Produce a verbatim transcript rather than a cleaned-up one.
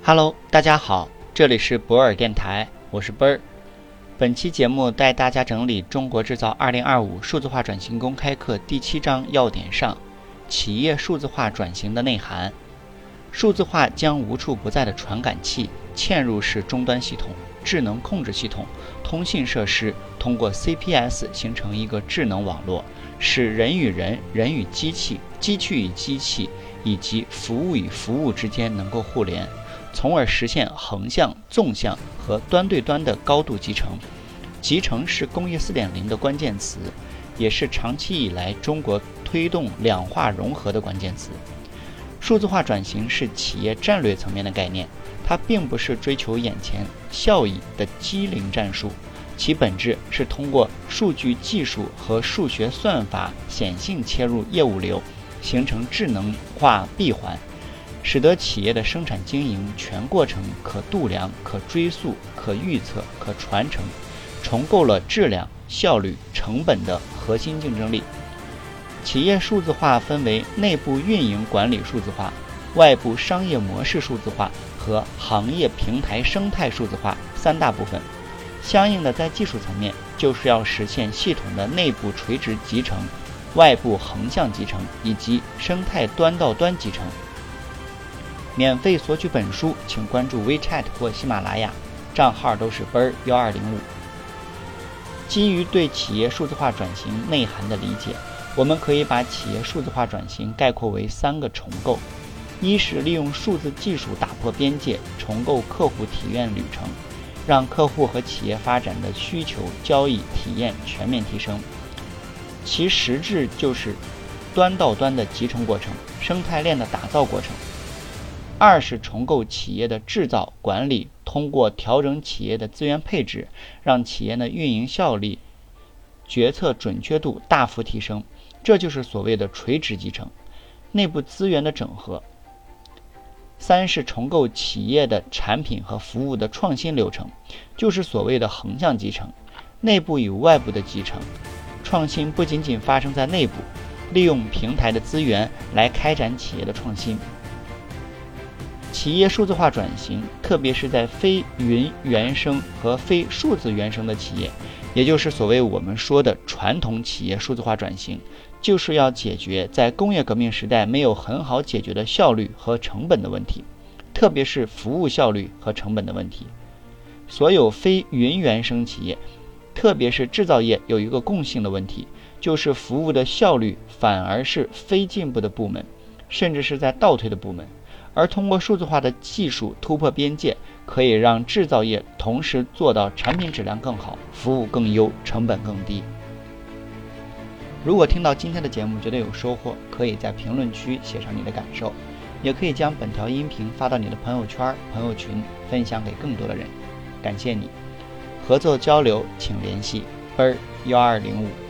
Hello， 大家好，这里是博尔电台，我是奔儿。本期节目带大家整理《中国制造二零二五数字化转型公开课》第七章要点上，企业数字化转型的内涵。数字化将无处不在的传感器、嵌入式终端系统、智能控制系统、通信设施通过 C P S 形成一个智能网络，使人与人、人与机器、机器与机器以及服务与服务之间能够互联，从而实现横向、纵向和端对端的高度集成。集成是工业 四点零 的关键词，也是长期以来中国推动两化融合的关键词。数字化转型是企业战略层面的概念，它并不是追求眼前效益的机灵战术，其本质是通过数据技术和数学算法显性切入业务流，形成智能化闭环，使得企业的生产经营全过程可度量、可追溯、可预测、可传承，重构了质量、效率、成本的核心竞争力。企业数字化分为内部运营管理数字化、外部商业模式数字化和行业平台生态数字化三大部分。相应的，在技术层面，就是要实现系统的内部垂直集成、外部横向集成以及生态端到端集成。免费索取本书，请关注 WeChat 或喜马拉雅，账号都是奔儿一二零五。基于对企业数字化转型内涵的理解，我们可以把企业数字化转型概括为三个重构：一是利用数字技术打破边界，重构客户体验旅程，让客户和企业发展的需求、交易、体验全面提升，其实质就是端到端的集成过程、生态链的打造过程。二是重构企业的制造管理，通过调整企业的资源配置，让企业的运营效率、决策准确度大幅提升，这就是所谓的垂直集成，内部资源的整合。三是重构企业的产品和服务的创新流程，就是所谓的横向集成，内部与外部的集成。创新不仅仅发生在内部，利用平台的资源来开展企业的创新。企业数字化转型，特别是在非云原生和非数字原生的企业，也就是所谓我们说的传统企业数字化转型，就是要解决在工业革命时代没有很好解决的效率和成本的问题，特别是服务效率和成本的问题。所有非云原生企业，特别是制造业，有一个共性的问题，就是服务的效率反而是非进步的部门，甚至是在倒退的部门。而通过数字化的技术突破边界，可以让制造业同时做到产品质量更好、服务更优、成本更低。如果听到今天的节目觉得有收获，可以在评论区写上你的感受，也可以将本条音频发到你的朋友圈、朋友群，分享给更多的人。感谢你，合作交流请联系奔儿一二零五。